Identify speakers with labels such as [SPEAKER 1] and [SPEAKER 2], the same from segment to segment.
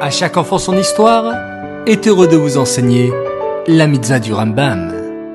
[SPEAKER 1] À chaque enfant son histoire est heureux de vous enseigner la mitzvah du Rambam.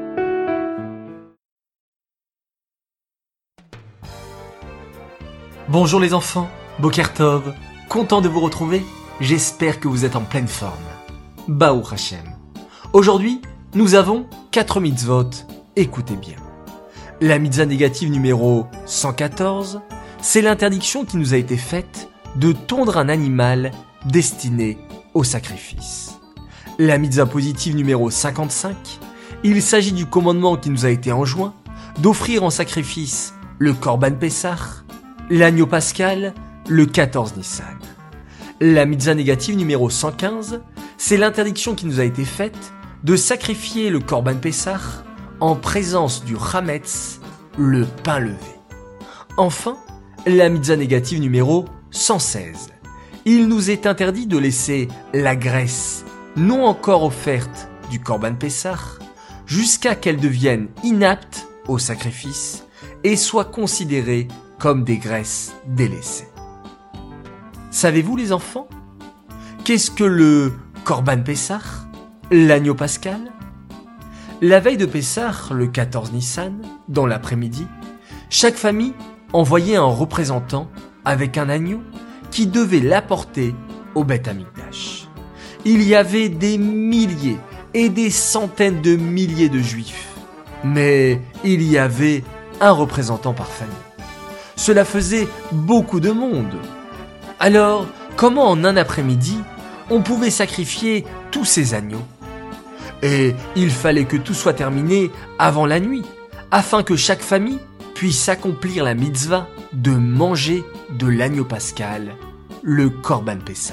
[SPEAKER 1] Bonjour les enfants, Boker Tov, content de vous retrouver, j'espère que vous êtes en pleine forme. Baruch Hashem. Aujourd'hui, nous avons 4 mitzvot, écoutez bien. La mitzvah négative numéro 114, c'est l'interdiction qui nous a été faite de tondre un animal destiné au sacrifice. La mitzvah positive numéro 55, il s'agit du commandement qui nous a été enjoint d'offrir en sacrifice le Korban Pessah, l'agneau pascal, le 14 Nissan. La mitzvah négative numéro 115, c'est l'interdiction qui nous a été faite de sacrifier le Korban Pessah en présence du Chametz, le pain levé. Enfin, la mitzvah négative numéro 116. Il nous est interdit de laisser la graisse non encore offerte du Korban Pessah jusqu'à qu'elle devienne inapte au sacrifice et soit considérée comme des graisses délaissées. Savez-vous les enfants, qu'est-ce que le Korban Pessah, l'agneau pascal? La veille de Pessah, le 14 Nissan, dans l'après-midi, chaque famille envoyait un représentant avec un agneau qui devait l'apporter au Beth Amikdash. Il y avait des milliers et des centaines de milliers de juifs, mais il y avait un représentant par famille. Cela faisait beaucoup de monde. Alors, comment en un après-midi, on pouvait sacrifier tous ces agneaux? Et il fallait que tout soit terminé avant la nuit, afin que chaque famille puisse accomplir la mitzvah de manger de l'agneau pascal, le Korban Pessah.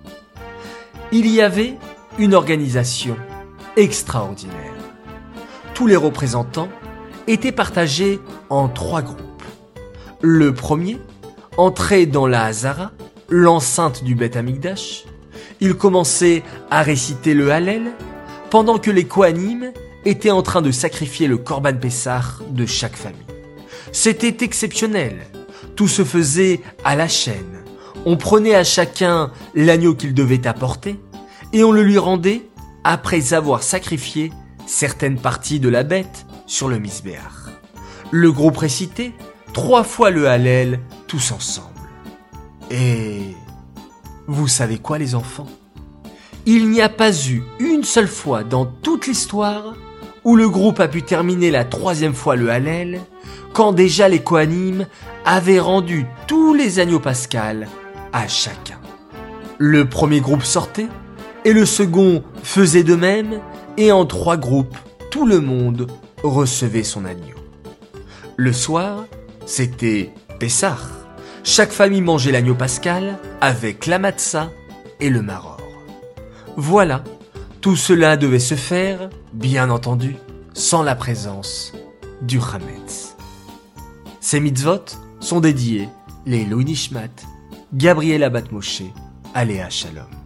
[SPEAKER 1] Il y avait une organisation extraordinaire. Tous les représentants étaient partagés en 3 groupes. Le premier entrait dans la Hazara, l'enceinte du Beth Amikdash. Il commençait à réciter le Hallel, pendant que les Kohanim étaient en train de sacrifier le Korban Pessah de chaque famille. C'était exceptionnel. Tout se faisait à la chaîne. On prenait à chacun l'agneau qu'il devait apporter et on le lui rendait après avoir sacrifié certaines parties de la bête sur le misbéach. Le groupe récitait 3 fois le Hallel tous ensemble. Et vous savez quoi les enfants? Il n'y a pas eu une seule fois dans toute l'histoire où le groupe a pu terminer la 3e fois le Hallel quand déjà les Kohanim avaient rendu tous les agneaux pascal à chacun. Le premier groupe sortait et le second faisait de même et en 3 groupes, tout le monde recevait son agneau. Le soir, c'était Pessah. Chaque famille mangeait l'agneau pascal avec la matzah et le maror. Voilà, tout cela devait se faire, bien entendu, sans la présence du Chametz. Ces mitzvot sont dédiés les Louis Nishmat, Gabriela Bat Moshe, Aléa Shalom.